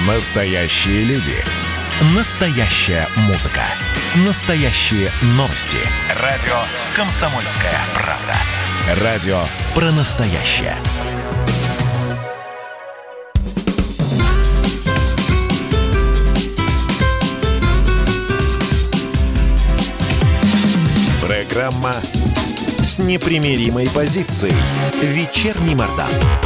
Настоящие люди. Настоящая музыка. Настоящие новости. Радио «Комсомольская правда». Радио про настоящее. Программа с непримиримой позицией. Вечерний Мардан.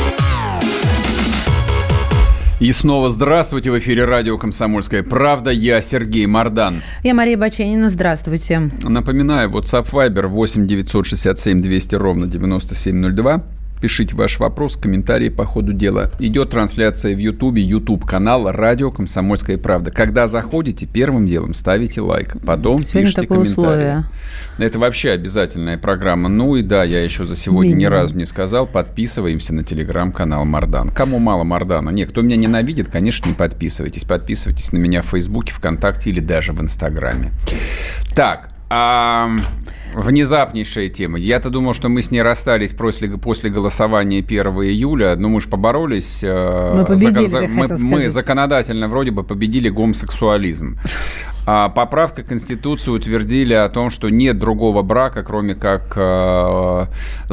И снова здравствуйте. В эфире радио «Комсомольская правда». Я Сергей Мардан. Я Мария Баченина. Здравствуйте. Напоминаю, WhatsApp Viber 8 967 200 ровно 9702. Пишите ваш вопрос, комментарии по ходу дела. Идет трансляция в Ютубе, YouTube-канал «Радио Комсомольская правда». Когда заходите, первым делом ставите лайк, потом пишите комментарии. Условие. Это вообще обязательная программа. Ну и да, я еще за сегодня ни разу не сказал, подписываемся на телеграм-канал Мардан. Кому мало Мардана? Нет, кто меня ненавидит, конечно, не подписывайтесь. Подписывайтесь на меня в Фейсбуке, ВКонтакте или даже в Инстаграме. Так, внезапнейшая тема. Я-то думал, что мы с ней расстались после голосования 1 июля. Но мы же поборолись. Мы победили, мы законодательно вроде бы победили гомосексуализм. Поправкой к Конституции утвердили о том, что нет другого брака, кроме как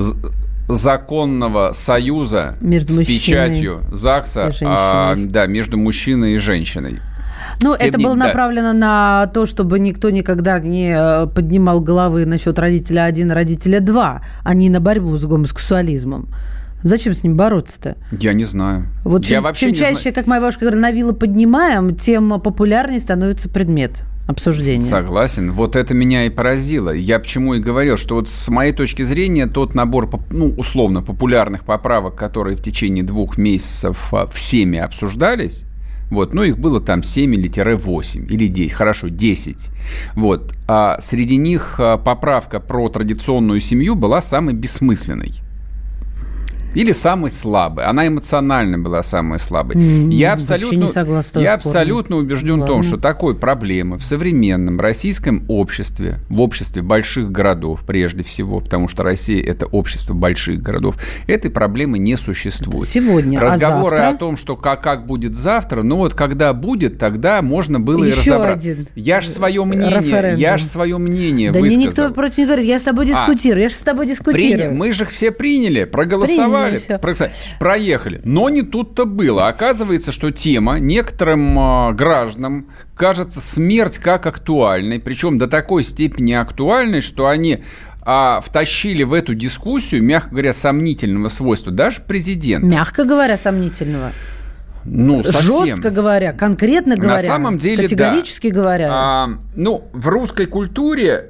законного союза между с печатью ЗАГСа между мужчиной и женщиной. Ну, это было направлено на то, чтобы никто никогда не поднимал головы насчет родителя 1, родителя 2, а не на борьбу с гомосексуализмом. Зачем с ним бороться-то? Я не знаю. Вот чем чаще, как моя бабушка говорила, на вилы поднимаем, тем популярнее становится предмет обсуждения. Согласен. Вот это меня и поразило. Я почему и говорил, что вот с моей точки зрения тот набор, условно, популярных поправок, которые в течение 2 месяцев всеми обсуждались, их было там 7 или 8, или 10, хорошо, 10. А среди них поправка про традиционную семью была самой бессмысленной. Или самой слабой. Она эмоционально была самой слабой. Я абсолютно убежден в том, что такой проблемы в современном российском обществе, в обществе больших городов прежде всего, потому что Россия – это общество больших городов, этой проблемы не существует. Сегодня, разговоры завтра? О том, что как будет завтра, когда будет, тогда можно было еще и разобраться. Один я же свое мнение да высказал. Никто против не говорит, я с тобой дискутирую, я же с тобой дискутирую. Мы же все приняли, проголосовали. Проехали. Но не тут-то было. Оказывается, что тема некоторым гражданам кажется смерть как актуальной, причем до такой степени актуальной, что они втащили в эту дискуссию, мягко говоря, сомнительного свойства даже президента. Мягко говоря, сомнительного. Совсем. Жестко говоря, конкретно говоря, на самом деле, категорически говоря. В русской культуре...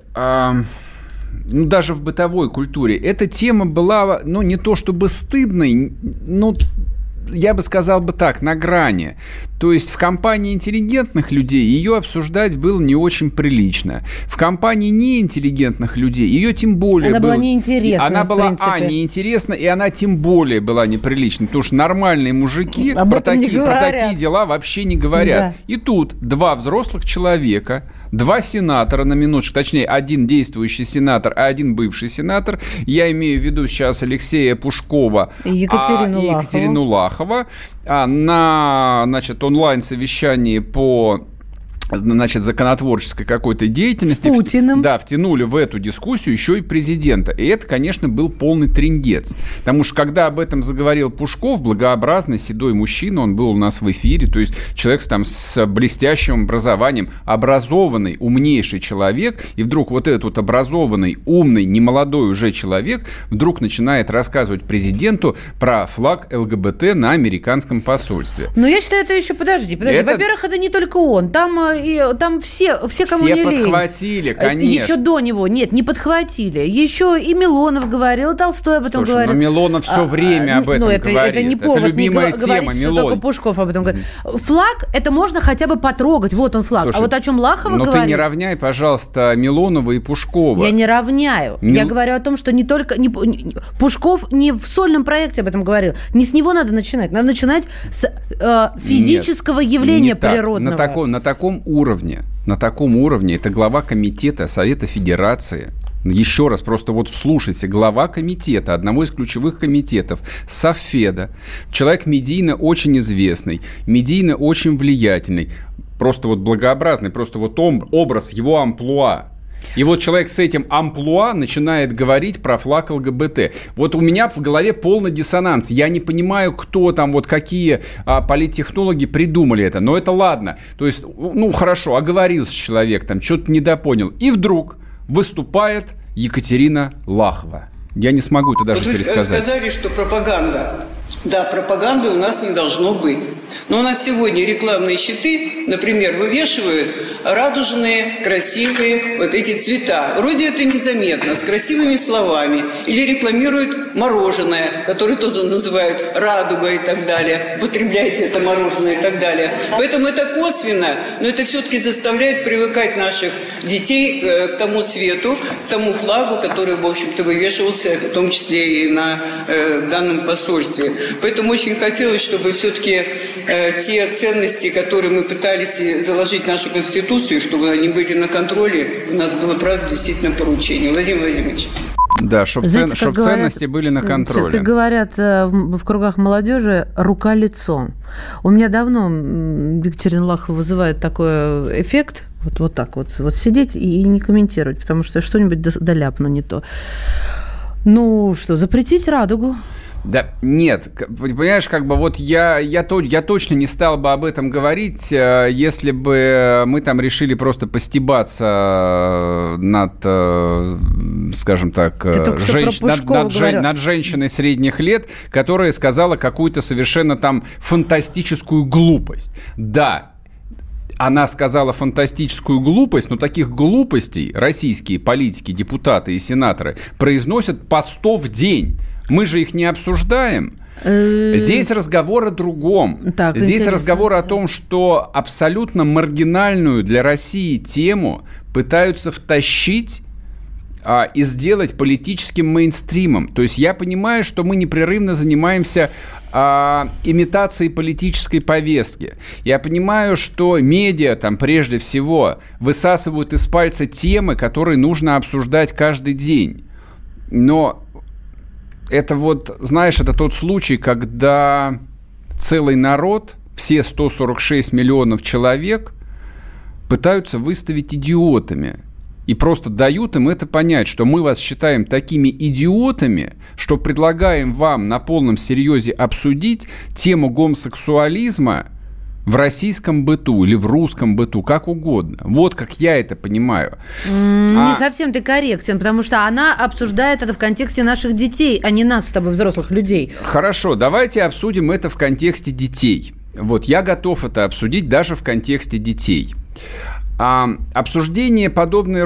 даже в бытовой культуре, эта тема была, не то чтобы стыдной, я бы сказал бы так, на грани. То есть в компании интеллигентных людей ее обсуждать было не очень прилично. В компании неинтеллигентных людей ее тем более она была неинтересна. Она была, неинтересна, и она тем более была неприлична. Потому что нормальные мужики про такие дела вообще не говорят. Да. И тут 2 взрослых человека, 2 сенатора, на минуточку, точнее, 1 действующий сенатор, а 1 бывший сенатор. Я имею в виду сейчас Алексея Пушкова и Екатерину Лахова на, онлайн-совещании по законотворческой какой-то деятельности. С Путиным. Втянули в эту дискуссию еще и президента. И это, конечно, был полный трындец. Потому что, когда об этом заговорил Пушков, благообразный седой мужчина, он был у нас в эфире, то есть человек с блестящим образованием, образованный, умнейший человек, и вдруг этот образованный, умный, немолодой уже человек вдруг начинает рассказывать президенту про флаг ЛГБТ на американском посольстве. Но я считаю, это еще... Подожди. Во-первых, это не только он. Там все, кому не лень. Все подхватили, конечно. Еще до него. Нет, не подхватили. Еще и Милонов говорил, и Толстой об этом говорил. Милонов все время об этом говорит. Это не повод. Это любимая тема, Милонов. Что только Пушков об этом говорит. Флаг, это можно хотя бы потрогать. Вот он флаг. Слушай, о чем Лахова говорит... ты не равняй, пожалуйста, Милонова и Пушкова. Я не равняю. Я говорю о том, что не только... Пушков не в сольном проекте об этом говорил. Не с него надо начинать. Надо начинать с физического явления природного. На таком уровне, это глава комитета Совета Федерации Еще раз, просто вот вслушайся, глава комитета, одного из ключевых комитетов, Совфеда, человек медийно очень известный, медийно очень влиятельный, просто вот благообразный, просто вот образ его амплуа. И вот человек с этим амплуа начинает говорить про флаг ЛГБТ. Вот у меня в голове полный диссонанс. Я не понимаю, кто там, вот какие политтехнологи придумали это. Но это ладно. То есть, ну, хорошо, оговорился человек, там, что-то недопонял. И вдруг выступает Екатерина Лахова. Я не могу это даже пересказать. Вы сказали, что пропаганда. Да, пропаганды у нас не должно быть. Но у нас сегодня рекламные щиты, например, вывешивают радужные, красивые вот эти цвета. Вроде это незаметно, с красивыми словами. Или рекламируют мороженое, которое тоже называют радугой и так далее. Употребляйте это мороженое и так далее. Поэтому это косвенно, но это все-таки заставляет привыкать наших детей к тому цвету, к тому флагу, который, в общем-то, вывешивался, в том числе и на данном посольстве. Поэтому очень хотелось, чтобы все-таки те ценности, которые мы пытались заложить в нашу Конституцию, чтобы они были на контроле, у нас было, правда, действительно поручение. Владимир Владимирович. Да, чтобы ценности были на контроле. Как говорят в кругах молодежи, рука-лицо. У меня давно Екатерина Лахова вызывает такой эффект, вот так вот сидеть и не комментировать, потому что что-нибудь доляпну не то. Ну что, запретить радугу? Да, нет, понимаешь, как бы вот я точно не стал бы об этом говорить, если бы мы там решили просто постебаться над, скажем так, над женщиной средних лет, которая сказала какую-то совершенно там фантастическую глупость. Да, она сказала фантастическую глупость, но таких глупостей российские политики, депутаты и сенаторы произносят по 100 в день. Мы же их не обсуждаем. Здесь разговор о другом. Так, здесь интересно. Разговор о том, что абсолютно маргинальную для России тему пытаются втащить и сделать политическим мейнстримом. То есть я понимаю, что мы непрерывно занимаемся имитацией политической повестки. Я понимаю, что медиа там прежде всего высасывают из пальца темы, которые нужно обсуждать каждый день. Но это вот, знаешь, это тот случай, когда целый народ, все 146 миллионов человек, пытаются выставить идиотами. И просто дают им это понять, что мы вас считаем такими идиотами, что предлагаем вам на полном серьезе обсудить тему гомосексуализма в российском быту или в русском быту, как угодно. Вот как я это понимаю. Не совсем ты корректен, потому что она обсуждает это в контексте наших детей, а не нас с тобой, взрослых людей. Хорошо, давайте обсудим это в контексте детей. Вот я готов это обсудить даже в контексте детей. Обсуждение подобной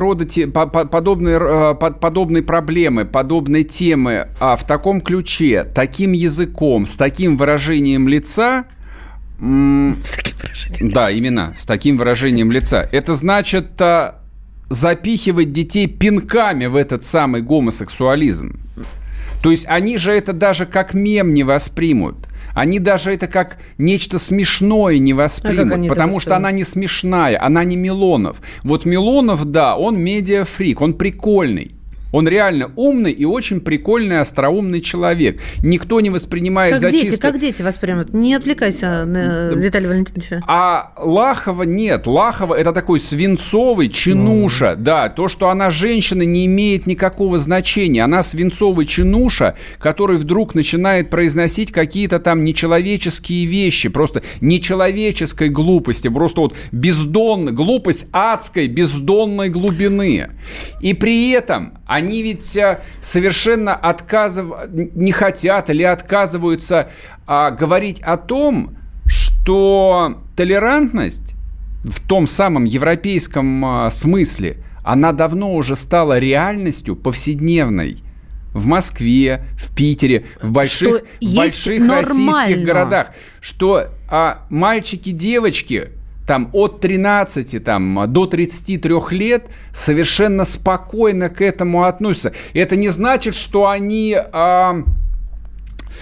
проблемы, подобной темы в таком ключе, таким языком, с таким выражением лица. С таким выражением лица. Да, именно, с таким выражением лица. Это значит запихивать детей пинками в этот самый гомосексуализм. То есть они же это даже как мем не воспримут. Они даже это как нечто смешное не воспримут, потому что она не смешная, она не Милонов. Вот Милонов, да, он медиафрик, он прикольный. Он реально умный и очень прикольный, остроумный человек. Никто не воспринимает за чисто... Как дети воспримут? Не отвлекайся, Виталий Валентинович. А Лахова нет. Лахова – это такой свинцовый чинуша. Да, то, что она женщина, не имеет никакого значения. Она свинцовый чинуша, который вдруг начинает произносить какие-то там нечеловеческие вещи. Просто нечеловеческой глупости. Просто вот глупость адской, бездонной глубины. И при этом... Они ведь совершенно не хотят или отказываются говорить о том, что толерантность в том самом европейском смысле, она давно уже стала реальностью повседневной. В Москве, в Питере, в больших российских городах. Что мальчики, девочки... там, от 13 до 33 лет совершенно спокойно к этому относятся. Это не значит, что они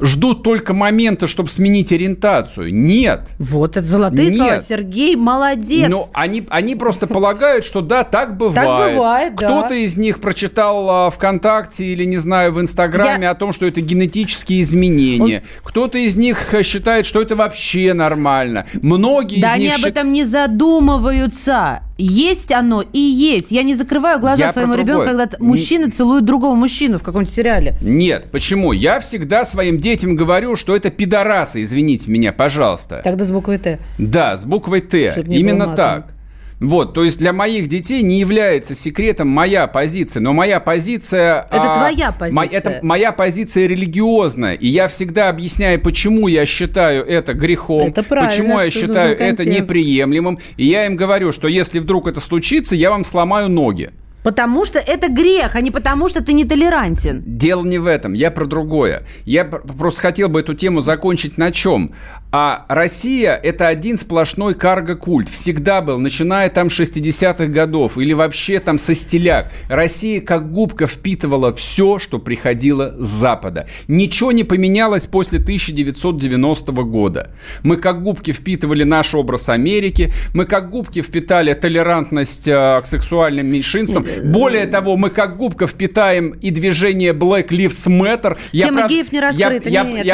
ждут только момента, чтобы сменить ориентацию. Нет. Вот это золотые слова. Сергей молодец. Но они просто полагают, что да, так бывает. Так бывает, да. Кто-то из них прочитал ВКонтакте или, не знаю, в Инстаграме о том, что это генетические изменения. Кто-то из них считает, что это вообще нормально. Многие из них... Да они об этом не задумываются. Есть оно и есть. Я не закрываю глаза своему ребенку, когда мужчина целует другого мужчину в каком-то сериале. Нет, почему? Я всегда своим детям говорю, что это пидорасы, извините меня, пожалуйста. Тогда с буквой «Т». Да, с буквой «Т». Именно так. Вот, то есть для моих детей не является секретом моя позиция, но моя позиция... Это твоя позиция. Это моя позиция религиозная, и я всегда объясняю, почему я считаю это грехом, это почему я считаю это неприемлемым, и я им говорю, что если вдруг это случится, я вам сломаю ноги. Потому что это грех, а не потому что ты нетолерантен. Дело не в этом, я про другое. Я просто хотел бы эту тему закончить на чем? А Россия – это один сплошной карго-культ. Всегда был, начиная там с 60-х годов или вообще там со стиляк. Россия как губка впитывала все, что приходило с Запада. Ничего не поменялось после 1990 года. Мы как губки впитывали наш образ Америки, мы как губки впитали толерантность к сексуальным меньшинствам. Более того, мы как губка впитаем и движение Black Lives Matter. Тема геев не раскрыта.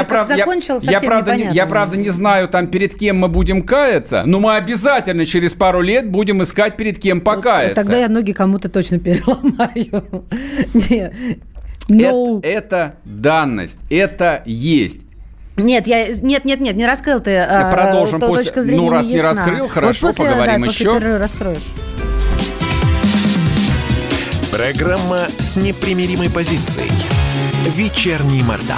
Я правда не знаю, там перед кем мы будем каяться, но мы обязательно через пару лет будем искать, перед кем покаяться. Тогда я ноги кому-то точно переломаю. Это данность, это есть. Нет, не раскрыл ты. Продолжим после. Точка зрения ну, раз не не раскрыл, хорошо, вот после, поговорим еще. Раскроешь. Программа с непримиримой позицией. Вечерний Мордан.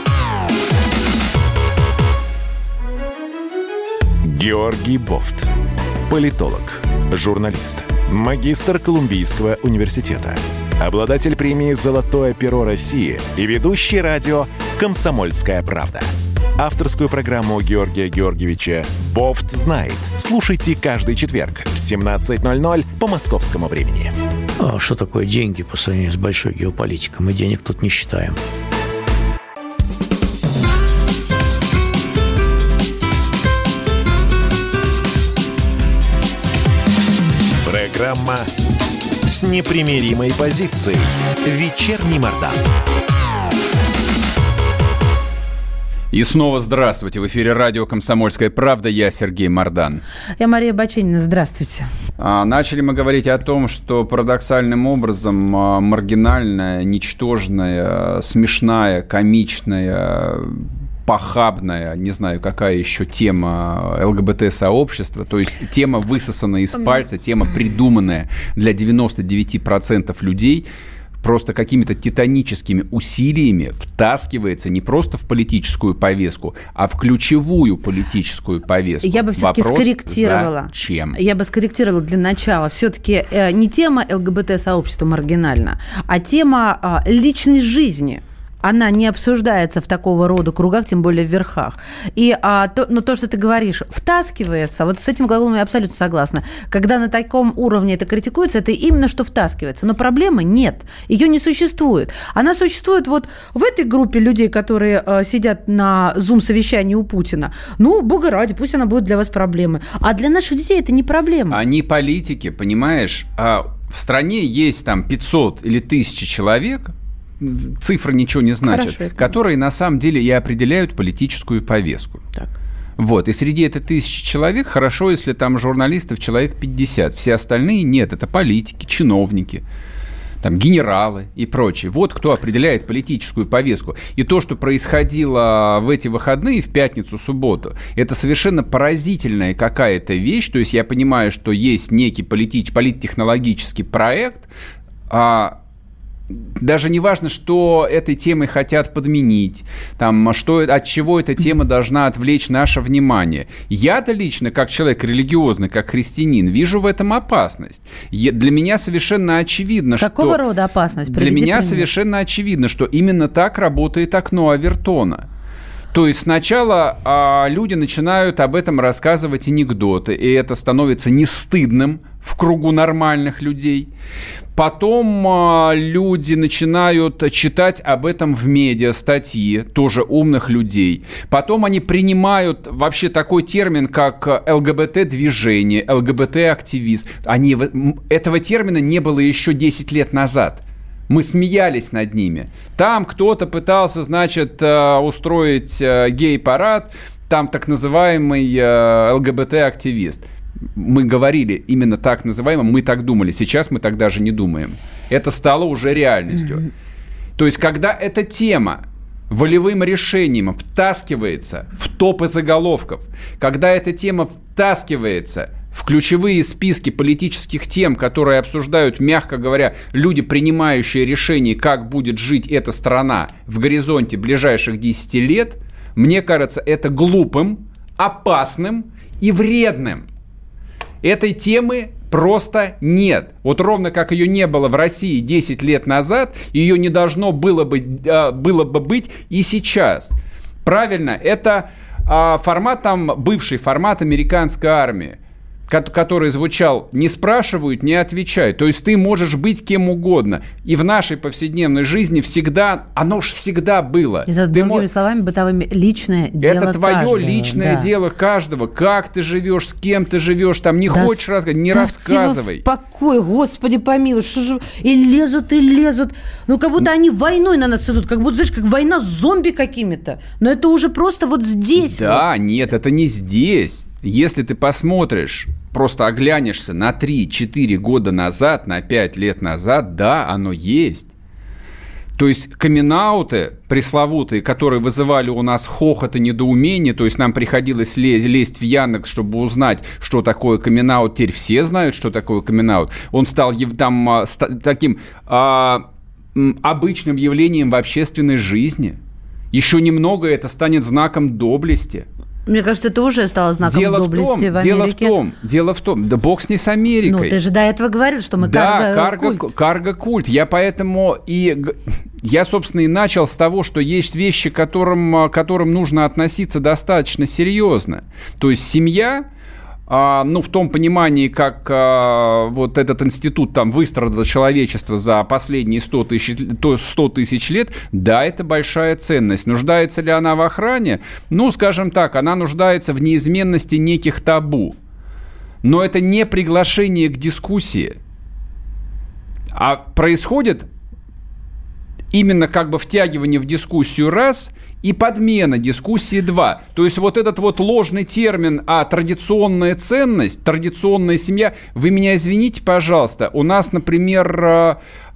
Георгий Бофт. Политолог, журналист, магистр Колумбийского университета, обладатель премии «Золотое перо России» и ведущий радио «Комсомольская правда». Авторскую программу Георгия Георгиевича «Бофт знает». Слушайте каждый четверг в 17:00 по московскому времени. А что такое деньги по сравнению с большой геополитикой? Мы денег тут не считаем. Программа с непримиримой позицией. Вечерний Мордан. И снова здравствуйте. В эфире радио «Комсомольская правда». Я Сергей Мордан. Я Мария Баченина. Здравствуйте. Начали мы говорить о том, что парадоксальным образом маргинальная, ничтожная, смешная, комичная, похабная, не знаю, какая еще тема ЛГБТ-сообщества, то есть тема, высосанная из пальца, тема, придуманная для 99% людей, просто какими-то титаническими усилиями втаскивается не просто в политическую повестку, а в ключевую политическую повестку. Я бы все-таки скорректировала. Зачем? Я бы скорректировала для начала. Все-таки не тема ЛГБТ-сообщества маргинальна, а тема личной жизни. Она не обсуждается в такого рода кругах, тем более в верхах. Но то, что ты говоришь, втаскивается, вот с этим глаголом я абсолютно согласна. Когда на таком уровне это критикуется, это именно что втаскивается. Но проблемы нет, ее не существует. Она существует вот в этой группе людей, которые сидят на Zoom-совещании у Путина. Ну, бога ради, пусть она будет для вас проблемой. А для наших детей это не проблема. Они политики, понимаешь? В стране есть там 500 или 1000 человек, цифры ничего не значат, которые на самом деле и определяют политическую повестку. Так. Вот, и среди этих 1000 человек хорошо, если там журналистов человек 50. Все остальные нет, это политики, чиновники, там, генералы и прочее. Вот кто определяет политическую повестку. И то, что происходило в эти выходные, в пятницу, субботу, это совершенно поразительная какая-то вещь. То есть я понимаю, что есть некий политтехнологический проект, даже не важно, что этой темой хотят подменить, там, от чего эта тема должна отвлечь наше внимание. Я-то лично, как человек религиозный, как христианин, вижу в этом опасность. Для меня совершенно очевидно, Какого рода опасность? Для меня совершенно очевидно, что именно так работает окно Авертона. То есть сначала люди начинают об этом рассказывать анекдоты, и это становится не стыдным в кругу нормальных людей. Потом люди начинают читать об этом в медиа статьи, тоже умных людей. Потом они принимают вообще такой термин, как ЛГБТ-движение, ЛГБТ-активист. Этого термина не было еще 10 лет назад. Мы смеялись над ними. Там кто-то пытался, значит, устроить гей-парад, там так называемый ЛГБТ-активист. Мы говорили именно так называемым, мы так думали. Сейчас мы так даже не думаем. Это стало уже реальностью. То есть, когда эта тема волевым решением втаскивается в топы заголовков, когда эта тема втаскивается в ключевые списки политических тем, которые обсуждают, мягко говоря, люди, принимающие решение, как будет жить эта страна в горизонте ближайших 10 лет, мне кажется, это глупым, опасным и вредным. Этой темы просто нет. Вот ровно как ее не было в России 10 лет назад, ее не должно было бы быть и сейчас. Правильно, это формат, бывший формат американской армии, который звучал «не спрашивают, не отвечают». То есть ты можешь быть кем угодно. И в нашей повседневной жизни всегда, оно уж всегда было. Это, другими словами, бытовыми, личное дело каждого. Это твое личное дело каждого. Как ты живешь, с кем ты живешь, там не хочешь рассказывать, не рассказывай. Покой, Господи помилуй, что же... И лезут. Ну, как будто они войной на нас идут, как будто, знаешь, как война с зомби какими-то. Но это уже просто вот здесь. Да, вот. Нет, это не здесь. Если ты посмотришь, просто оглянешься на 3-4 года назад, на 5 лет назад, да, оно есть. То есть камин-ауты пресловутые, которые вызывали у нас хохот и недоумение, то есть нам приходилось лезть в Яндекс, чтобы узнать, что такое камин-аут. Теперь все знают, что такое камин-аут. Он стал там таким обычным явлением в общественной жизни. Еще немного это станет знаком доблести. Мне кажется, это уже стало знаком доблести в Америке. Дело в том, да бог с ней с Америкой. Ну, ты же до этого говорил, что мы карго-культ. Карго-культ. Я поэтому я, собственно, и начал с того, что есть вещи, к которым нужно относиться достаточно серьезно. То есть семья... в том понимании, как вот этот институт там выстрадал человечество за последние 100 тысяч лет, да, это большая ценность. Нуждается ли она в охране? Ну, скажем так, она нуждается в неизменности неких табу. Но это не приглашение к дискуссии. А происходит именно как бы втягивание в дискуссию раз и подмена дискуссии два. То есть вот этот вот ложный термин традиционная ценность, традиционная семья. Вы меня извините, пожалуйста. У нас, например,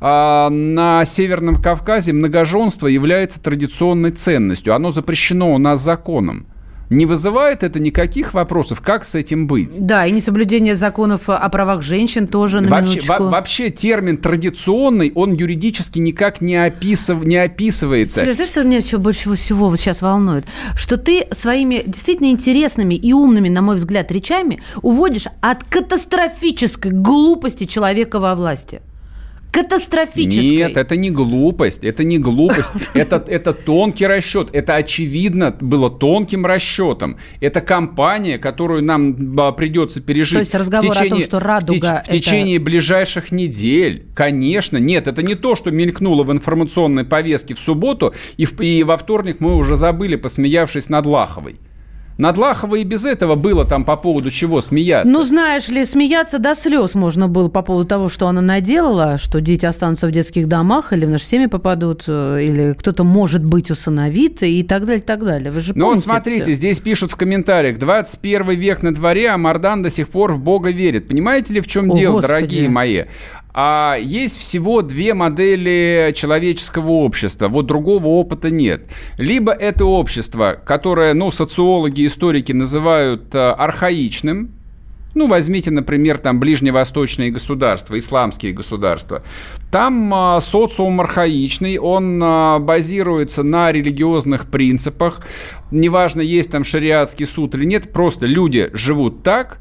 на Северном Кавказе многоженство является традиционной ценностью. Оно запрещено у нас законом. Не вызывает это никаких вопросов, как с этим быть? Да, и несоблюдение законов о правах женщин тоже на минуточку. Вообще термин «традиционный», он юридически никак не описывается. Сереж, знаешь, что меня еще больше всего вот сейчас волнует? Что ты своими действительно интересными и умными, на мой взгляд, речами уводишь от катастрофической глупости человека во власти. Катастрофической. Нет, это не глупость, это тонкий расчет, это очевидно было тонким расчетом. Это кампания, которую нам придется пережить в течение ближайших недель. Конечно, нет, это не то, что мелькнуло в информационной повестке в субботу, и во вторник мы уже забыли, посмеявшись над Лаховой. Над Лаховой и без этого было там по поводу чего смеяться. Ну, знаешь ли, смеяться до слез можно было по поводу того, что она наделала, что дети останутся в детских домах или в наши семьи попадут, или кто-то, может быть, усыновит и так далее, так далее. Вы же помните. Ну, вот смотрите, здесь пишут в комментариях: 21 век на дворе, а Мардан до сих пор в Бога верит. Понимаете ли, в чем дело, Господи, дорогие мои? Есть всего две модели человеческого общества. Вот другого опыта нет. Либо это общество, которое, социологи, историки называют архаичным. Возьмите, например, там ближневосточные государства, исламские государства. Там социум архаичный, он базируется на религиозных принципах. Неважно, есть там шариатский суд или нет, просто люди живут так,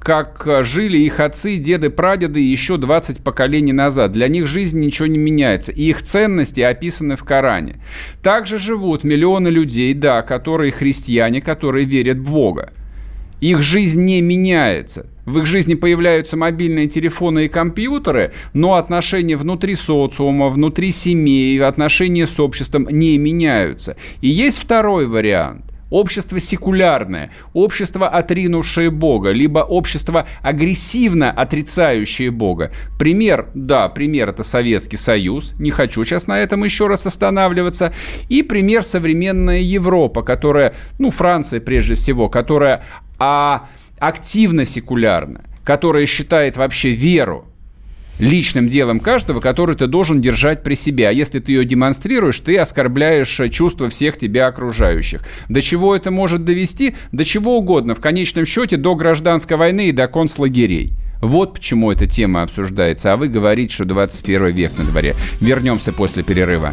как жили их отцы, деды, прадеды еще 20 поколений назад. Для них жизнь ничего не меняется. И их ценности описаны в Коране. Также живут миллионы людей, да, которые христиане, которые верят в Бога. Их жизнь не меняется. В их жизни появляются мобильные телефоны и компьютеры, но отношения внутри социума, внутри семей, отношения с обществом не меняются. И есть второй вариант. Общество секулярное, общество, отринувшее Бога, либо общество, агрессивно отрицающее Бога. Пример это Советский Союз, не хочу сейчас на этом еще раз останавливаться. И пример современная Европа, которая, Франция прежде всего, которая активно секулярна, которая считает вообще веру личным делом каждого, который ты должен держать при себе. А если ты ее демонстрируешь, ты оскорбляешь чувства всех тебя окружающих. До чего это может довести? До чего угодно. В конечном счете до гражданской войны и до концлагерей. Вот почему эта тема обсуждается. А вы говорите, что 21 век на дворе. Вернемся после перерыва.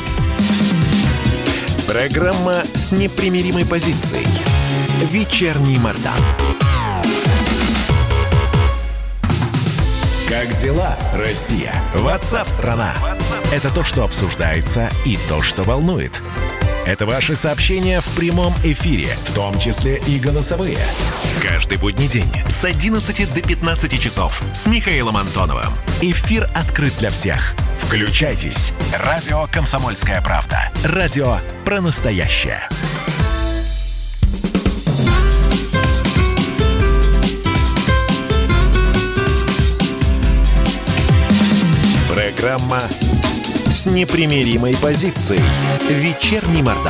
Программа с непримиримой позицией. Вечерний Мардан. Как дела, Россия? WhatsApp-страна. Это то, что обсуждается, и то, что волнует. Это ваши сообщения в прямом эфире, в том числе и голосовые. Каждый будний день с 11 до 15 часов с Михаилом Антоновым. Эфир открыт для всех. Включайтесь. Радио «Комсомольская правда». Радио про настоящее. Программа с непримиримой позицией. Вечерний Мардан.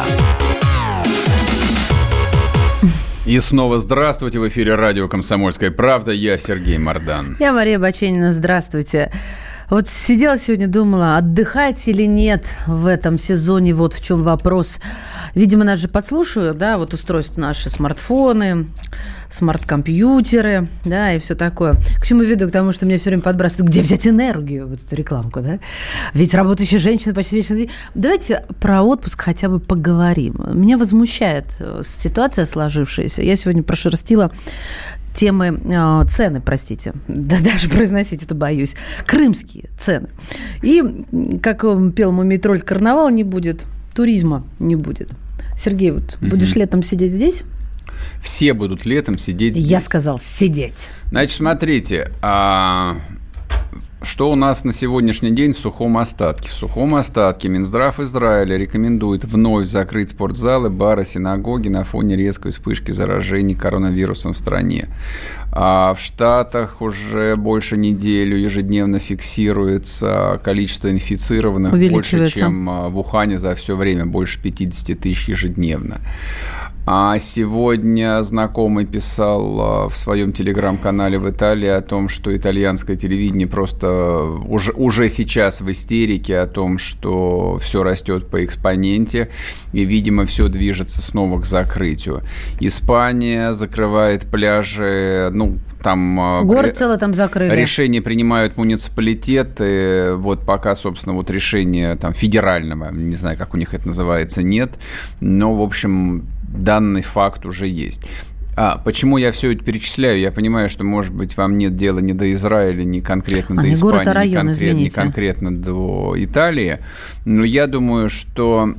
И снова здравствуйте. В эфире радио «Комсомольская правда». Я Сергей Мардан. Я Мария Баченина. Здравствуйте. Вот сидела сегодня, думала, отдыхать или нет в этом сезоне, вот в чем вопрос. Видимо, нас же подслушивают, да, вот устройства наши, смартфоны, смарт-компьютеры, да, и все такое. К чему веду? К тому, что мне все время подбрасывают, где взять энергию, вот эту рекламку, да? Ведь работающая женщина почти вечно... Давайте про отпуск хотя бы поговорим. Меня возмущает ситуация сложившаяся. Я сегодня прошерстила темы, цены, простите, да даже произносить это боюсь, крымские цены. И, как пел мой тролль, карнавала не будет, туризма не будет. Сергей, вот будешь летом сидеть здесь? Все будут летом сидеть здесь. Я сказал сидеть. Значит, смотрите, что у нас на сегодняшний день в сухом остатке? В сухом остатке Минздрав Израиля рекомендует вновь закрыть спортзалы, бары, синагоги на фоне резкой вспышки заражений коронавирусом в стране. А в Штатах уже больше недели ежедневно фиксируется количество инфицированных больше, чем в Ухане за все время, больше 50 тысяч ежедневно. А сегодня знакомый писал в своем телеграм-канале в Италии о том, что итальянское телевидение просто уже сейчас в истерике о том, что все растет по экспоненте, и, видимо, все движется снова к закрытию. Испания закрывает пляжи, там... Город целый там закрыли. Решения принимают муниципалитеты, вот пока, собственно, вот решения там федерального, не знаю, как у них это называется, нет, но, в общем... Данный факт уже есть. Почему я все это перечисляю? Я понимаю, что, может быть, вам нет дела ни до Израиля, ни конкретно до Испании, ни конкретно до Италии. Но я думаю, что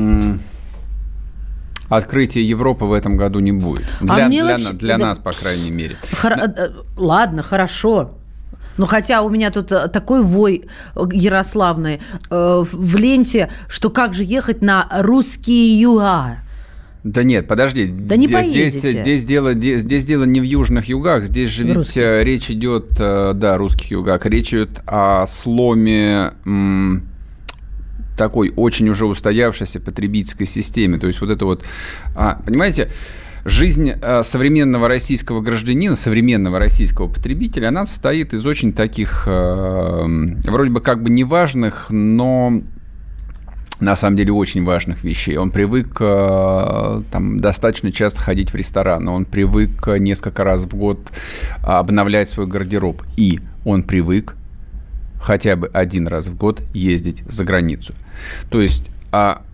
открытия Европы в этом году не будет. Для нас, по крайней мере. Ладно, хорошо. Ну, хотя у меня тут такой вой ярославный в ленте, что как же ехать на русские юга? Да нет, подожди. Да не поедете. Здесь дело не в южных югах, здесь же ведь речь идет, русских югах, речь идет о сломе такой очень уже устоявшейся потребительской системе. То есть вот это вот, понимаете, жизнь современного российского гражданина, современного российского потребителя, она состоит из очень таких, вроде бы как бы неважных, но... на самом деле очень важных вещей. Он привык достаточно часто ходить в ресторан, он привык несколько раз в год обновлять свой гардероб, и он привык хотя бы один раз в год ездить за границу. То есть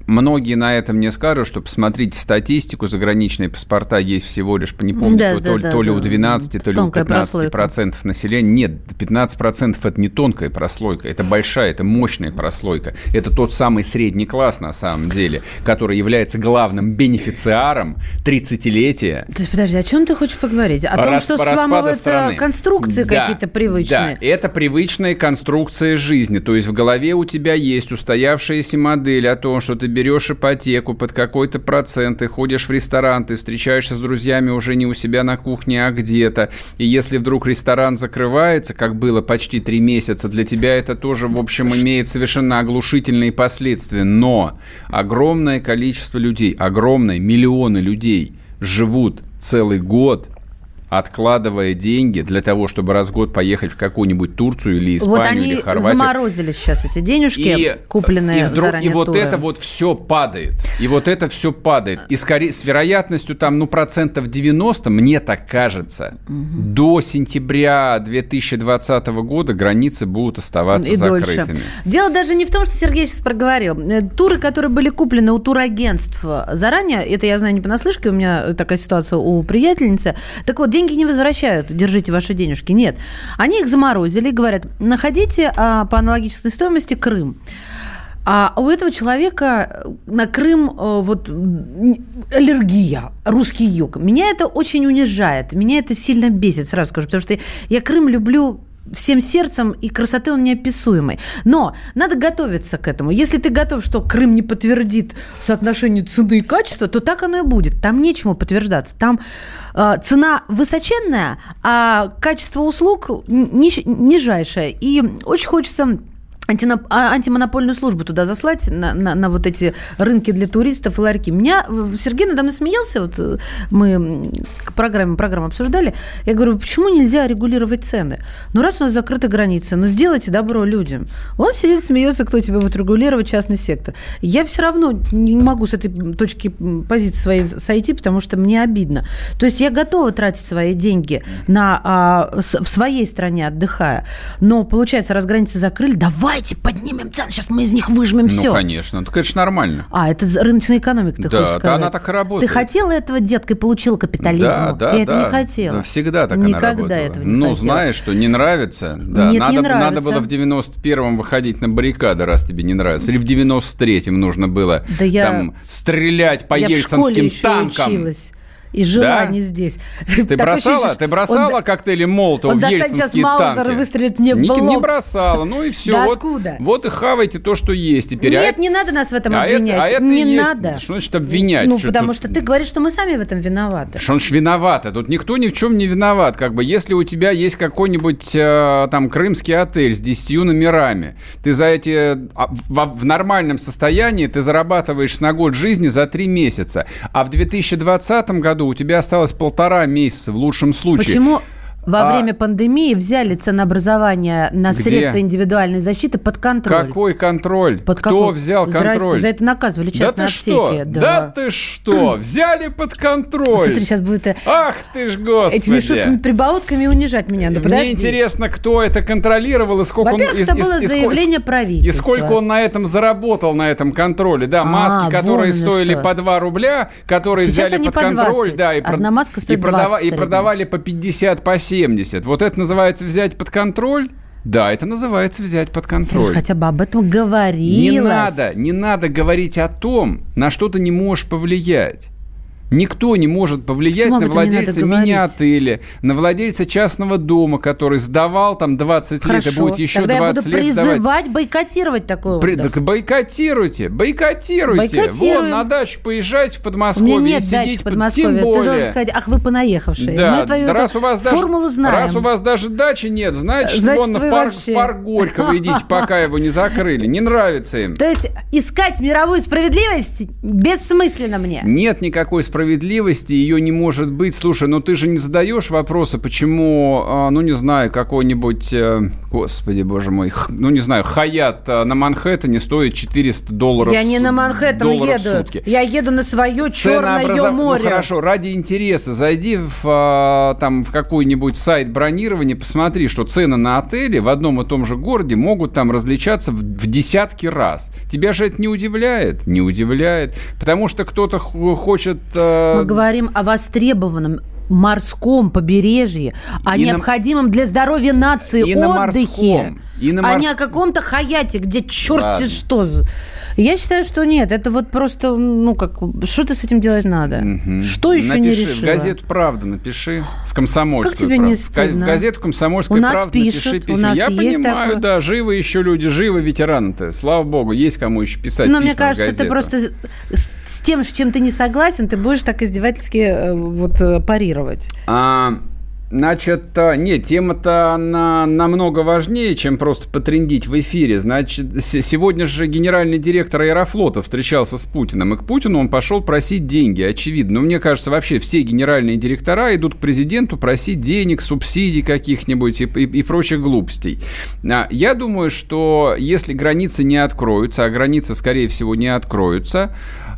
Многие на этом не скажут, что посмотрите статистику, заграничные паспорта есть всего лишь, не помню, то ли у 12, то ли у 15% населения. Нет, 15% это не тонкая прослойка, это большая, это мощная прослойка. Это тот самый средний класс, на самом деле, который является главным бенефициаром 30-летия. То есть, подожди, о чем ты хочешь поговорить? О том, что сломываются конструкции какие-то привычные? Да, это привычные конструкции жизни. То есть в голове у тебя есть устоявшаяся модель о том, что ты берешь ипотеку под какой-то процент, ты ходишь в ресторан, ты встречаешься с друзьями уже не у себя на кухне, а где-то. И если вдруг ресторан закрывается, как было почти 3 месяца, для тебя это тоже, в общем, имеет совершенно оглушительные последствия. Но огромное количество людей, огромное, миллионы людей живут целый год, откладывая деньги для того, чтобы раз в год поехать в какую-нибудь Турцию или Испанию, или Хорватию. Вот они заморозили сейчас эти денежки, купленные заранее. И вот это вот все падает. И вот это все падает. И скорее с вероятностью там, 90%, мне так кажется, до сентября 2020 года границы будут оставаться закрытыми. Дольше. Дело даже не в том, что Сергей сейчас проговорил. Туры, которые были куплены у турагентств заранее, это я знаю не понаслышке, у меня такая ситуация у приятельницы. Так вот, деньги не возвращают, держите ваши денежки. Нет. Они их заморозили и говорят, находите по аналогичной стоимости Крым. А у этого человека на Крым вот аллергия, русский юг. Меня это очень унижает, меня это сильно бесит, сразу скажу, потому что я Крым люблю всем сердцем, и красоты он неописуемой. Но надо готовиться к этому. Если ты готов, что Крым не подтвердит соотношение цены и качества, то так оно и будет. Там нечему подтверждаться. Там цена высоченная, а качество услуг нижайшее. И очень хочется антимонопольную службу туда заслать на вот эти рынки для туристов и ларьки. Сергей надо мной смеялся, вот мы программу обсуждали, я говорю, почему нельзя регулировать цены? Раз у нас закрыты границы, сделайте добро людям. Он сидит, смеется, кто тебе будет регулировать, частный сектор. Я все равно не могу с этой точки позиции своей сойти, потому что мне обидно. То есть я готова тратить свои деньги в своей стране, отдыхая, но, получается, раз границы закрыли, давайте поднимем цены, сейчас мы из них выжмем все. Конечно, это нормально. Это рыночная экономика, ты хочешь сказать? Да, она так и работает. Ты хотела этого, детка, и получила капитализм? Да, я это не хотела. Да, всегда так Никогда она работала. этого не хотела. Знаешь, что не нравится? Да, Нет, не нравится. Надо было в 91-м выходить на баррикады, раз тебе не нравится. Или в 93-м нужно было стрелять по ельцинским танкам. Училась. И жила не здесь. Ты бросала коктейли Молотова в ельцинские танки? Он сейчас Маузер выстрелит мне в лоб. Не бросала. И все. Да откуда? Вот и хавайте то, что есть теперь. Нет, не надо нас в этом обвинять. Не надо. Что значит обвинять? Потому что ты говоришь, что мы сами в этом виноваты. Что значит виноваты? Тут никто ни в чем не виноват. Если у тебя есть какой-нибудь крымский отель с 10 номерами, ты за эти... В нормальном состоянии ты зарабатываешь на год жизни за 3 месяца. А в 2020 году у тебя осталось 1,5 месяца в лучшем случае. Почему во время пандемии взяли ценообразование на средства индивидуальной защиты под контроль? Какой контроль? Кто взял контроль? Здрасте, за это наказывали частные аптеки. Да ты что? Взяли под контроль. Смотри, сейчас будет... Ах ты ж, господи. Этими шутками, прибаутками унижать меня. Мне интересно, кто это контролировал и сколько он... Во-первых, это было заявление правительства. И сколько он на этом заработал, на этом контроле. Да, маски, которые стоили по 2 рубля, которые сейчас взяли под контроль. Да, одна маска стоит 20. И продавали по 50, по 70. Вот это называется взять под контроль? Да, это называется взять под контроль. Сереж, хотя бы об этом говорилось. Не надо говорить о том, на что ты не можешь повлиять. Никто не может повлиять на владельца мини-отеля, на владельца частного дома, который сдавал там 20 лет, и будет еще 20 лет сдавать. Тогда я буду призывать бойкотировать такой отдых. Бойкотируйте. Вон, на дачу поезжайте в Подмосковье. У меня нет дачи в Подмосковье. Ты должен сказать, вы понаехавшие. Да, мы твою формулу знаем. Раз у вас даже дачи нет, значит вон в парк Горького идите, пока его не закрыли. Не нравится им. То есть искать мировую справедливость бессмысленно мне? Нет никакой справедливости. справедливости, ее не может быть. Слушай, ну ты же не задаешь вопроса, почему, ну не знаю, какой-нибудь, господи, боже мой, ну не знаю, Хаят на Манхэттене стоит $400. Я не на Манхэттен еду, я еду на свое Черное море. Ну хорошо, ради интереса зайди в какой-нибудь сайт бронирования, посмотри, что цены на отели в одном и том же городе могут там различаться в десятки раз. Тебя же это не удивляет? Не удивляет. Потому что кто-то хочет... Мы говорим о востребованном морском побережье, о необходимом для здоровья нации отдыхе, а не о каком-то Хаяте, где черти что. Я считаю, что нет, это вот просто, что ты с этим делать надо? Что еще не решила? Напиши в газету «Правда», напиши, в «Комсомольскую». Как тебе не стыдно? В газету «Комсомольская правда» напиши письма. Я понимаю, такое. Да, живы еще люди, живы ветераны-то, слава богу, есть кому еще писать письма в газету. Но мне кажется, ты просто с тем, с чем ты не согласен, ты будешь так издевательски парировать. Значит, нет, тема-то она намного важнее, чем просто потрындить в эфире. Значит, сегодня же генеральный директор Аэрофлота встречался с Путиным, и к Путину он пошел просить деньги, очевидно. Но мне кажется, вообще все генеральные директора идут к президенту просить денег, субсидий каких-нибудь и прочих глупостей. Я думаю, что если границы не откроются, а границы, скорее всего, не откроются,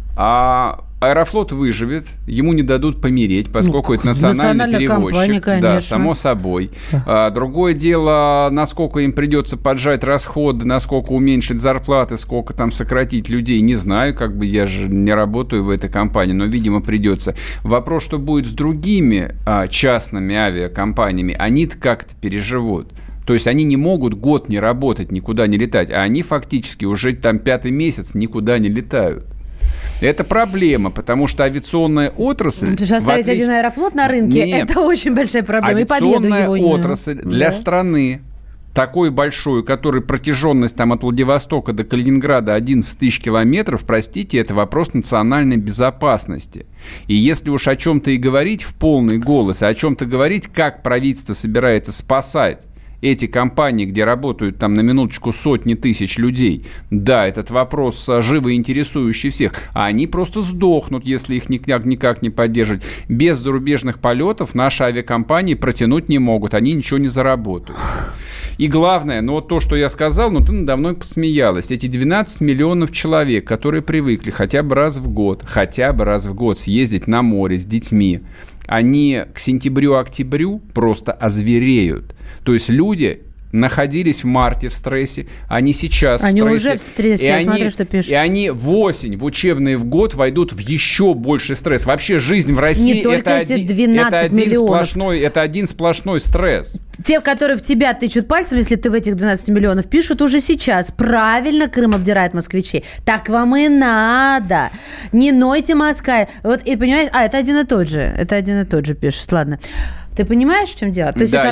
Аэрофлот выживет, ему не дадут помереть, поскольку это национальный перевозчик. Да, само собой. Другое дело, насколько им придется поджать расходы, насколько уменьшить зарплаты, сколько там сократить людей, не знаю, я же не работаю в этой компании, но, видимо, придется. Вопрос, что будет с другими частными авиакомпаниями, они-то как-то переживут. То есть они не могут год не работать, никуда не летать, а они фактически уже там 5-й месяц никуда не летают. Это проблема, потому что авиационная отрасль... Потому что оставить один Аэрофлот на рынке, это очень большая проблема. И победу его авиационная отрасль для страны такой большой, у которой протяженность там от Владивостока до Калининграда 11 тысяч километров, простите, это вопрос национальной безопасности. И если уж о чем-то и говорить в полный голос, и о чем-то говорить, как правительство собирается спасать эти компании, где работают там на минуточку сотни тысяч людей, да, этот вопрос живо интересующий всех, а они просто сдохнут, если их никак не поддерживать. Без зарубежных полетов наши авиакомпании протянуть не могут, они ничего не заработают. И главное, то, что я сказал, ты надо мной посмеялась. Эти 12 миллионов человек, которые привыкли хотя бы раз в год съездить на море с детьми, они к сентябрю-октябрю просто озвереют. То есть люди находились в марте в стрессе, они сейчас они в стрессе. Они уже в стрессе, я смотрю, что пишут. И они в осень, в учебный год войдут в еще больший стресс. Вообще жизнь в России не только эти 12 миллионов. Это один сплошной стресс. Те, которые в тебя тычут пальцем, если ты в этих 12 миллионов, пишут уже сейчас. Правильно Крым обдирает москвичей. Так вам и надо. Не нойте москаль. Вот, и понимаешь, это один и тот же пишет. Ладно. Ты понимаешь, в чем дело? То есть да, это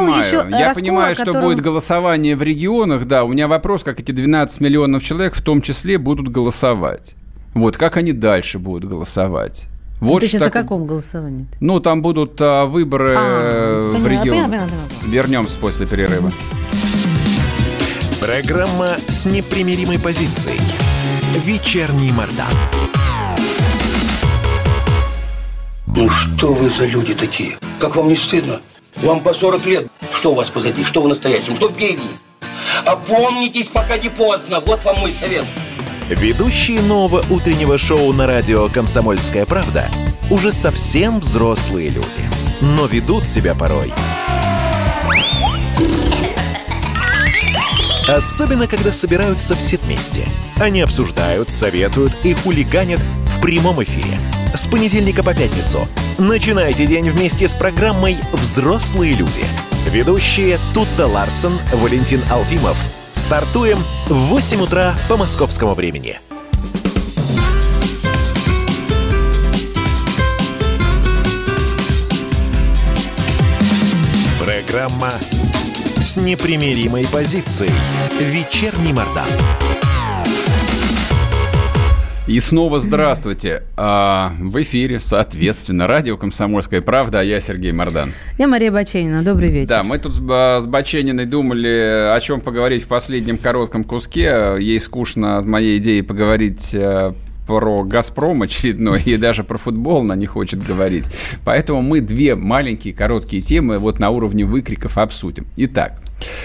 я понимаю, что будет голосование в регионах. Да, у меня вопрос, как эти 12 миллионов человек в том числе будут голосовать. Вот, как они дальше будут голосовать. Вот ты сейчас о каком голосовании? Там будут выборы в регионах. Вернемся после перерыва. Программа с непримиримой позицией. Вечерний Мордан. Ну что вы за люди такие? Как вам не стыдно? Вам по 40 лет. Что у вас позади? Что в настоящем? Что впереди? Опомнитесь, пока не поздно. Вот вам мой совет. Ведущие нового утреннего шоу на радио «Комсомольская правда» уже совсем взрослые люди, но ведут себя порой. Особенно, когда собираются все вместе. Они обсуждают, советуют и хулиганят в прямом эфире. С понедельника по пятницу. Начинайте день вместе с программой «Взрослые люди». Ведущие Тутта Ларсон, Валентин Алфимов. Стартуем в 8 утра по московскому времени. Программа с непримиримой позицией. Вечерний Мордан. И снова здравствуйте. В эфире, соответственно, радио «Комсомольская правда», а я Сергей Мордан. Я Мария Баченина. Добрый вечер. Да, мы тут с Бачениной думали, о чем поговорить в последнем коротком куске. Ей скучно от моей идеи поговорить про «Газпром» очередной и даже про футбол она не хочет говорить. Поэтому мы две маленькие короткие темы вот на уровне выкриков обсудим. Итак,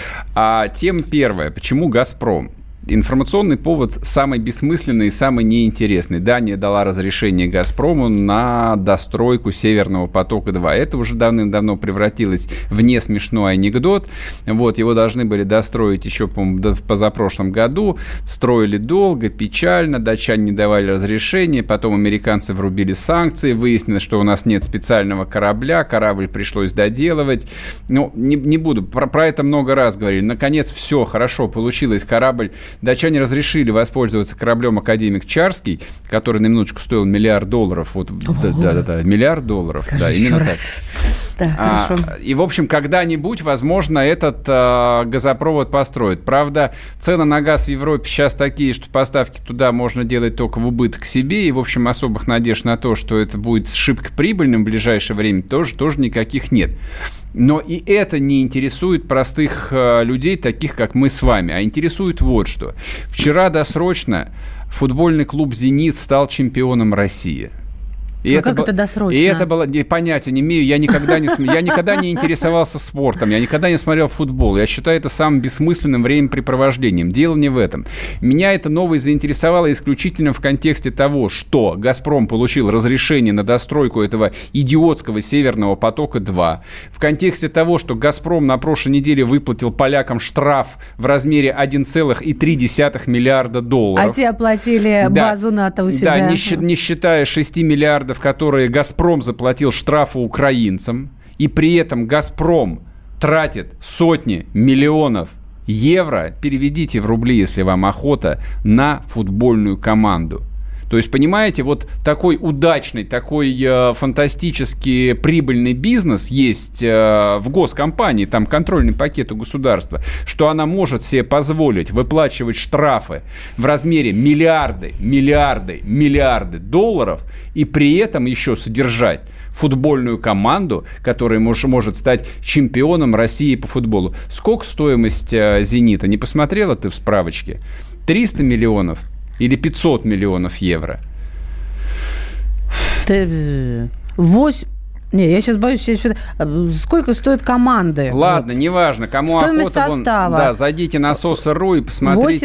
тема первая. Почему «Газпром»? Информационный повод самый бессмысленный и самый неинтересный. Дания дала разрешение «Газпрому» на достройку «Северного потока-2». Это уже давным-давно превратилось в несмешной анекдот. Вот, его должны были достроить еще, по-моему, в позапрошлом году. Строили долго, печально, датчане не давали разрешения. Потом американцы врубили санкции. Выяснилось, что у нас нет специального корабля. Корабль пришлось доделывать. Ну, не буду. Про это много раз говорили. Наконец, все хорошо получилось. Корабль... Датчане разрешили воспользоваться кораблем «Академик Чарский», который на минуточку стоил $1 миллиард. Вот, да, $1 миллиард. Скажи да, еще именно раз. Так. Да, хорошо. И, в общем, когда-нибудь, возможно, этот газопровод построят. Правда, цены на газ в Европе сейчас такие, что поставки туда можно делать только в убыток себе. И, в общем, особых надежд на то, что это будет шибко прибыльным в ближайшее время, тоже никаких нет. Но и это не интересует простых людей, таких как мы с вами, а интересует вот что. Вчера досрочно футбольный клуб «Зенит» стал чемпионом России. Это досрочно? И это было... Понятия не имею. Я никогда не интересовался спортом. Я никогда не смотрел футбол. Я считаю это самым бессмысленным времяпрепровождением. Дело не в этом. Меня эта новость заинтересовала исключительно в контексте того, что «Газпром» получил разрешение на достройку этого идиотского «Северного потока-2». В контексте того, что «Газпром» на прошлой неделе выплатил полякам штраф в размере $1,3 миллиарда. А те оплатили базу НАТО у себя. Да, не считая 6 миллиардов, которые «Газпром» заплатил штрафу украинцам, и при этом «Газпром» тратит сотни миллионов евро, переведите в рубли, если вам охота, на футбольную команду. То есть, понимаете, вот такой удачный, такой фантастически прибыльный бизнес есть в госкомпании, там контрольный пакет у государства, что она может себе позволить выплачивать штрафы в размере миллиарды долларов и при этом еще содержать футбольную команду, которая может стать чемпионом России по футболу. Сколько стоимость «Зенита»? Не посмотрела ты в справочке? 300 миллионов? Или 500 миллионов евро? Я сейчас боюсь, сколько стоят команды? Ладно, неважно, кому стоимость охота. Состава. Да, зайдите на СОС.ру и посмотрите.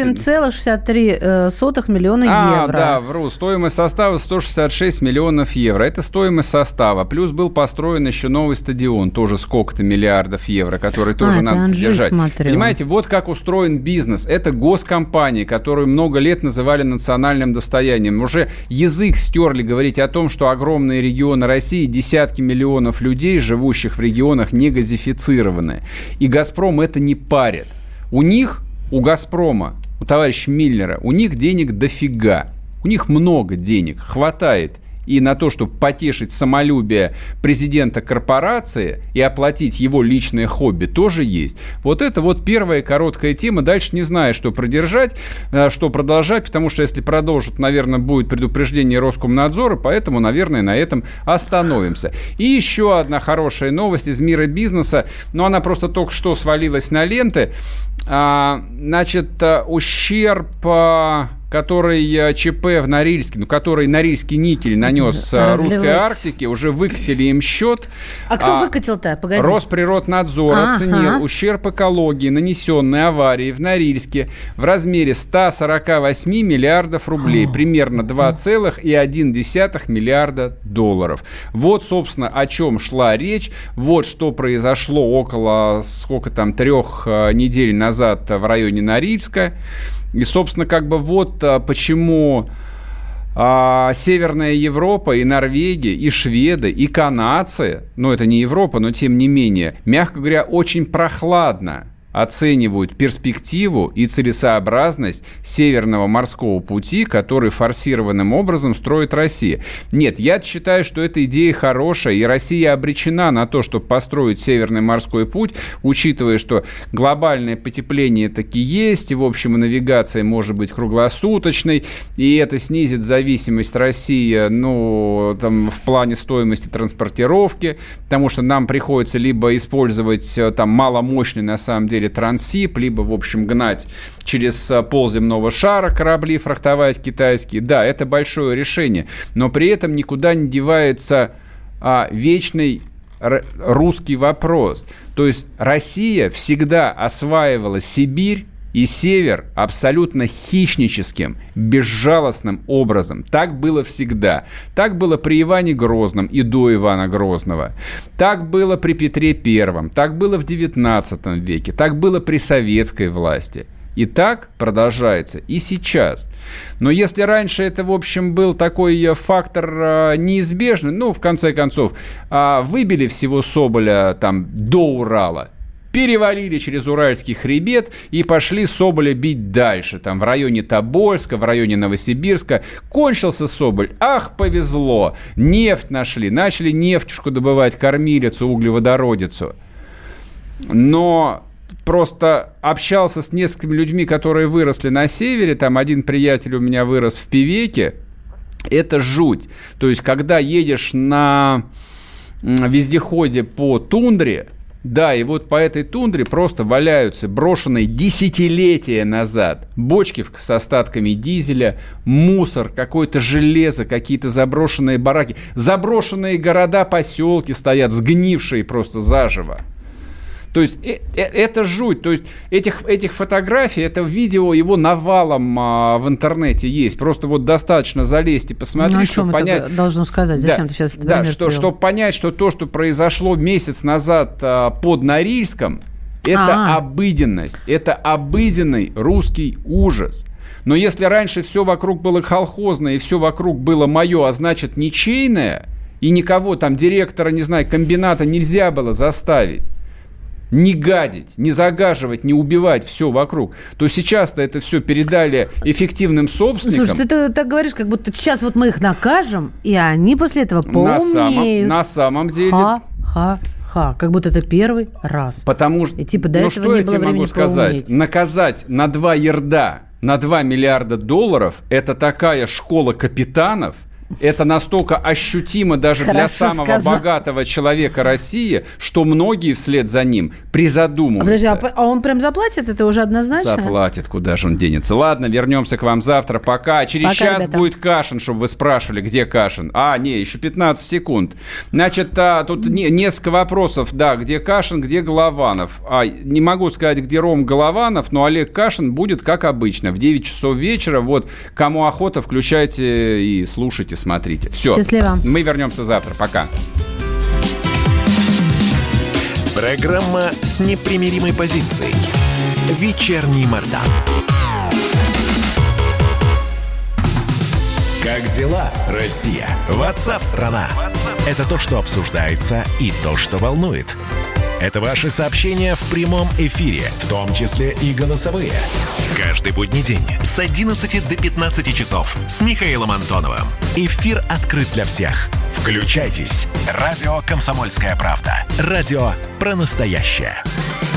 8,63 миллиона евро. Да, вру. Стоимость состава 166 миллионов евро. Это стоимость состава. Плюс был построен еще новый стадион, тоже сколько-то миллиардов евро, который тоже надо содержать. Понимаете, вот как устроен бизнес. Это госкомпания, которую много лет называли национальным достоянием. Уже язык стерли говорить о том, что огромные регионы России, десятки миллионов людей, живущих в регионах, не газифицированы. И «Газпром» это не парит. У «Газпрома», у товарища Миллера, у них денег дофига. У них много денег, хватает и на то, чтобы потешить самолюбие президента корпорации и оплатить его личное хобби, тоже есть. Вот это вот первая короткая тема. Дальше не знаю, что продолжать, потому что если продолжат, наверное, будет предупреждение Роскомнадзора, поэтому, наверное, на этом остановимся. И еще одна хорошая новость из мира бизнеса, но она просто только что свалилась на ленты. Значит, ущерб, который ЧП в Норильске, который Норильский никель нанес русской Арктике, уже выкатили им счет. А кто выкатил-то? Погоди. Росприроднадзор оценил ущерб экологии, нанесенный аварией в Норильске, в размере 148 миллиардов рублей, примерно 2,1 миллиарда долларов. Вот, собственно, о чем шла речь. Вот что произошло около, 3 недель назад в районе Норильска. И, собственно, вот почему Северная Европа и Норвегия, и шведы, и канадцы, это не Европа, но тем не менее, мягко говоря, очень прохладно оценивают перспективу и целесообразность Северного морского пути, который форсированным образом строит Россия. Нет, я считаю, что эта идея хорошая, и Россия обречена на то, чтобы построить Северный морской путь, учитывая, что глобальное потепление таки есть, и, в общем, навигация может быть круглосуточной, и это снизит зависимость России, в плане стоимости транспортировки, потому что нам приходится либо использовать маломощный, на самом деле, мере, Транссиб, либо, в общем, гнать через полземного шара корабли, фрахтовать китайские. Да, это большое решение, но при этом никуда не девается вечный русский вопрос. То есть Россия всегда осваивала Сибирь и север абсолютно хищническим, безжалостным образом. Так было всегда. Так было при Иване Грозном и до Ивана Грозного. Так было при Петре Первом. Так было в XIX веке. Так было при советской власти. И так продолжается и сейчас. Но если раньше это, в общем, был такой фактор неизбежный, в конце концов, выбили всего Соболя там до Урала, перевалили через Уральский хребет и пошли Соболя бить дальше. Там в районе Тобольска, в районе Новосибирска. Кончился Соболь. Ах, повезло. Нефть нашли. Начали нефтюшку добывать, кормилицу, углеводородицу. Но просто общался с несколькими людьми, которые выросли на севере. Там один приятель у меня вырос в Певеке. Это жуть. То есть, когда едешь на вездеходе по тундре, да, и вот по этой тундре просто валяются брошенные десятилетия назад бочки с остатками дизеля, мусор, какое-то железо, какие-то заброшенные бараки, заброшенные города, поселки стоят, сгнившие просто заживо. То есть это жуть. То есть этих фотографий, это видео, его навалом в интернете есть. Просто вот достаточно залезть и посмотреть, чтобы понять... это должно сказать? Зачем ты сейчас это пример привел? Чтобы понять, что то, что произошло месяц назад под Норильском, это обыденность. Это обыденный русский ужас. Но если раньше все вокруг было колхозное и все вокруг было мое, а значит ничейное, и никого там, директора, не знаю, комбината нельзя было заставить не гадить, не загаживать, не убивать все вокруг, то сейчас-то это все передали эффективным собственникам. Слушай, ты так говоришь, как будто сейчас вот мы их накажем, и они после этого поумнеют. На самом деле... Как будто это первый раз. Потому что... И типа до этого что не я было тебе могу сказать? поумнеть. Наказать на 2 ярда, на $2 миллиарда это такая школа капитанов. Это настолько ощутимо даже для самого богатого человека России, что многие вслед за ним призадумываются. Подожди, а он прям заплатит? Это уже однозначно? Заплатит, куда же он денется. Ладно, вернемся к вам завтра. Пока. Через час ребята. Будет Кашин, чтобы вы спрашивали, где Кашин. Еще 15 секунд. Значит, тут несколько вопросов. Да, где Кашин, где Голованов. Не могу сказать, где Ром Голованов, но Олег Кашин будет, как обычно, в 9 часов вечера. Вот, кому охота, включайте и слушайте. Смотрите. Все. Счастливо. Мы вернемся завтра. Пока. Программа с непримиримой позицией. Вечерний Мордан. Как дела, Россия? WhatsApp-страна. Это то, что обсуждается и то, что волнует. Это ваши сообщения в прямом эфире, в том числе и голосовые. Каждый будний день с 11 до 15 часов с Михаилом Антоновым. Эфир открыт для всех. Включайтесь. Радио «Комсомольская правда». Радио про настоящее.